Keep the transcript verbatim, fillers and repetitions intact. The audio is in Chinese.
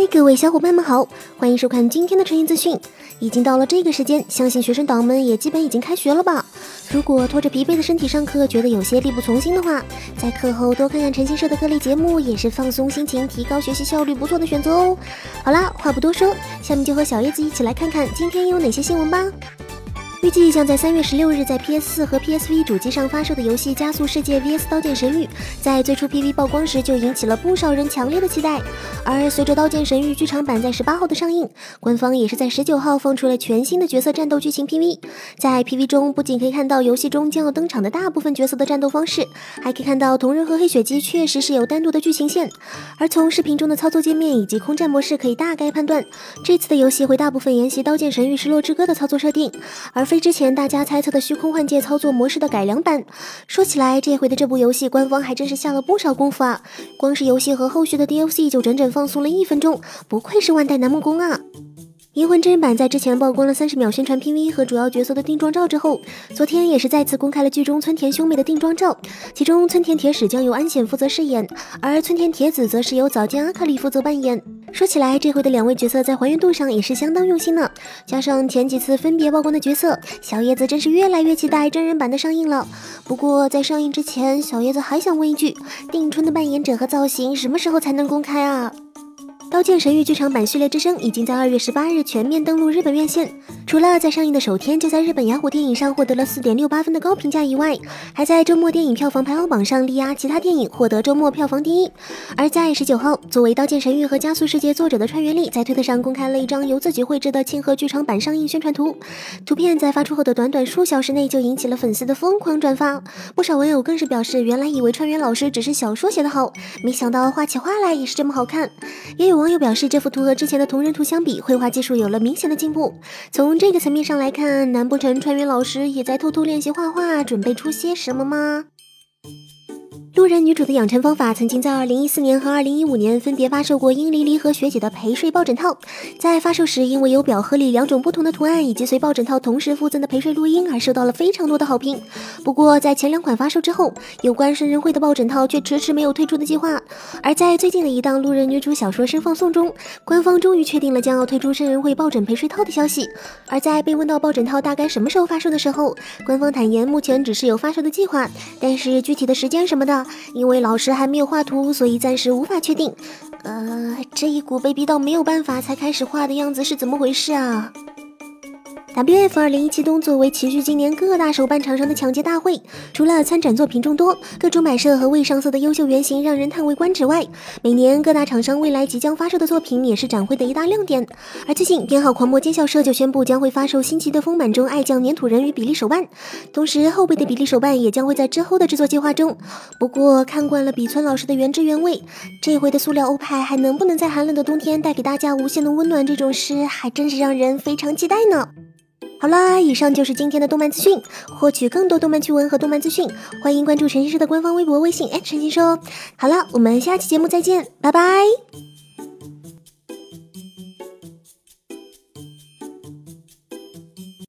嗨，各位小伙伴们好，欢迎收看今天的晨音资讯。已经到了这个时间，相信学生党们也基本已经开学了吧？如果拖着疲惫的身体上课，觉得有些力不从心的话，在课后多看看晨星社的各类节目，也是放松心情、提高学习效率不错的选择哦。好啦，话不多说，下面就和小叶子一起来看看今天有哪些新闻吧。预计将在三月十六日在 P S 四 和 P S V 主机上发售的游戏《加速世界 V S 刀剑神域》，在最初 P V 曝光时就引起了不少人强烈的期待。而随着《刀剑神域》剧场版在十八号的上映，官方也是在十九号放出了全新的角色战斗剧情 P V。在 P V 中，不仅可以看到游戏中将要登场的大部分角色的战斗方式，还可以看到桐人和黑雪姬确实是有单独的剧情线。而从视频中的操作界面以及空战模式，可以大概判断，这次的游戏会大部分沿袭《刀剑神域：失落之歌》的操作设定，而非之前大家猜测的虚空幻界操作模式的改良版。说起来，这回的这部游戏官方还真是下了不少功夫啊，光是游戏和后续的 D L C 就整整放送了一分钟，不愧是万代南梦宫啊。银魂真人版在之前曝光了三十秒宣传 P V 和主要角色的定妆照之后，昨天也是再次公开了剧中村田兄妹的定妆照，其中村田铁史将由安显负责饰演，而村田铁子则是由早见阿卡里负责扮演。说起来，这回的两位角色在还原度上也是相当用心呢，加上前几次分别曝光的角色，小叶子真是越来越期待真人版的上映了。不过在上映之前，小叶子还想问一句，定春的扮演者和造型什么时候才能公开啊？《刀剑神域》剧场版序列之声已经在二月十八日全面登陆日本院线，除了在上映的首天就在日本雅虎电影上获得了 四点六八 分的高评价以外，还在周末电影票房排行榜上力压其他电影，获得周末票房第一。而在十九号，作为《刀剑神域》和《加速世界》作者的川原丽在推特上公开了一张由自己绘制的庆贺剧场版上映宣传图，图片在发出后的短短数小时内就引起了粉丝的疯狂转发，不少网友更是表示，原来以为川原老师只是小说写得好，没想到画起画来也是这么好看。也有网友表示，这幅图和之前的同人图相比，绘画技术有了明显的进步。从这个层面上来看，难不成川原老师也在偷偷练习画画，准备出些什么吗？路人女主的养成方法曾经在二零一四年和二零一五年分别发售过英离离和学姐的陪睡抱枕套，在发售时因为有表和里两种不同的图案以及随抱枕套同时附赠的陪睡录音而受到了非常多的好评。不过在前两款发售之后，有关生日会的抱枕套却迟迟没有推出的计划。而在最近的一档路人女主小说生放送中，官方终于确定了将要推出生日会抱枕陪睡套的消息。而在被问到抱枕套大概什么时候发售的时候，官方坦言目前只是有发售的计划，但是具体的时间什么的，因为老师还没有画图，所以暂时无法确定。呃，这一股被逼到没有办法才开始画的样子是怎么回事啊？W F 二零一七冬作为齐聚今年各大手办厂商的抢劫大会，除了参展作品众多，各种摆设和未上色的优秀原型让人叹为观止外，每年各大厂商未来即将发售的作品也是展会的一大亮点。而最近编号狂魔尖校社就宣布将会发售新奇的丰满中爱酱粘土人与比例手办，同时后备的比例手办也将会在之后的制作计划中。不过看惯了比村老师的原汁原味，这回的塑料欧派还能不能在寒冷的冬天带给大家无限的温暖，这种事还真是让人非常期待呢。好啦，以上就是今天的动漫资讯。获取更多动漫趣闻和动漫资讯，欢迎关注晨星社的官方微博、微信 陈星社。好了，我们下期节目再见，拜拜。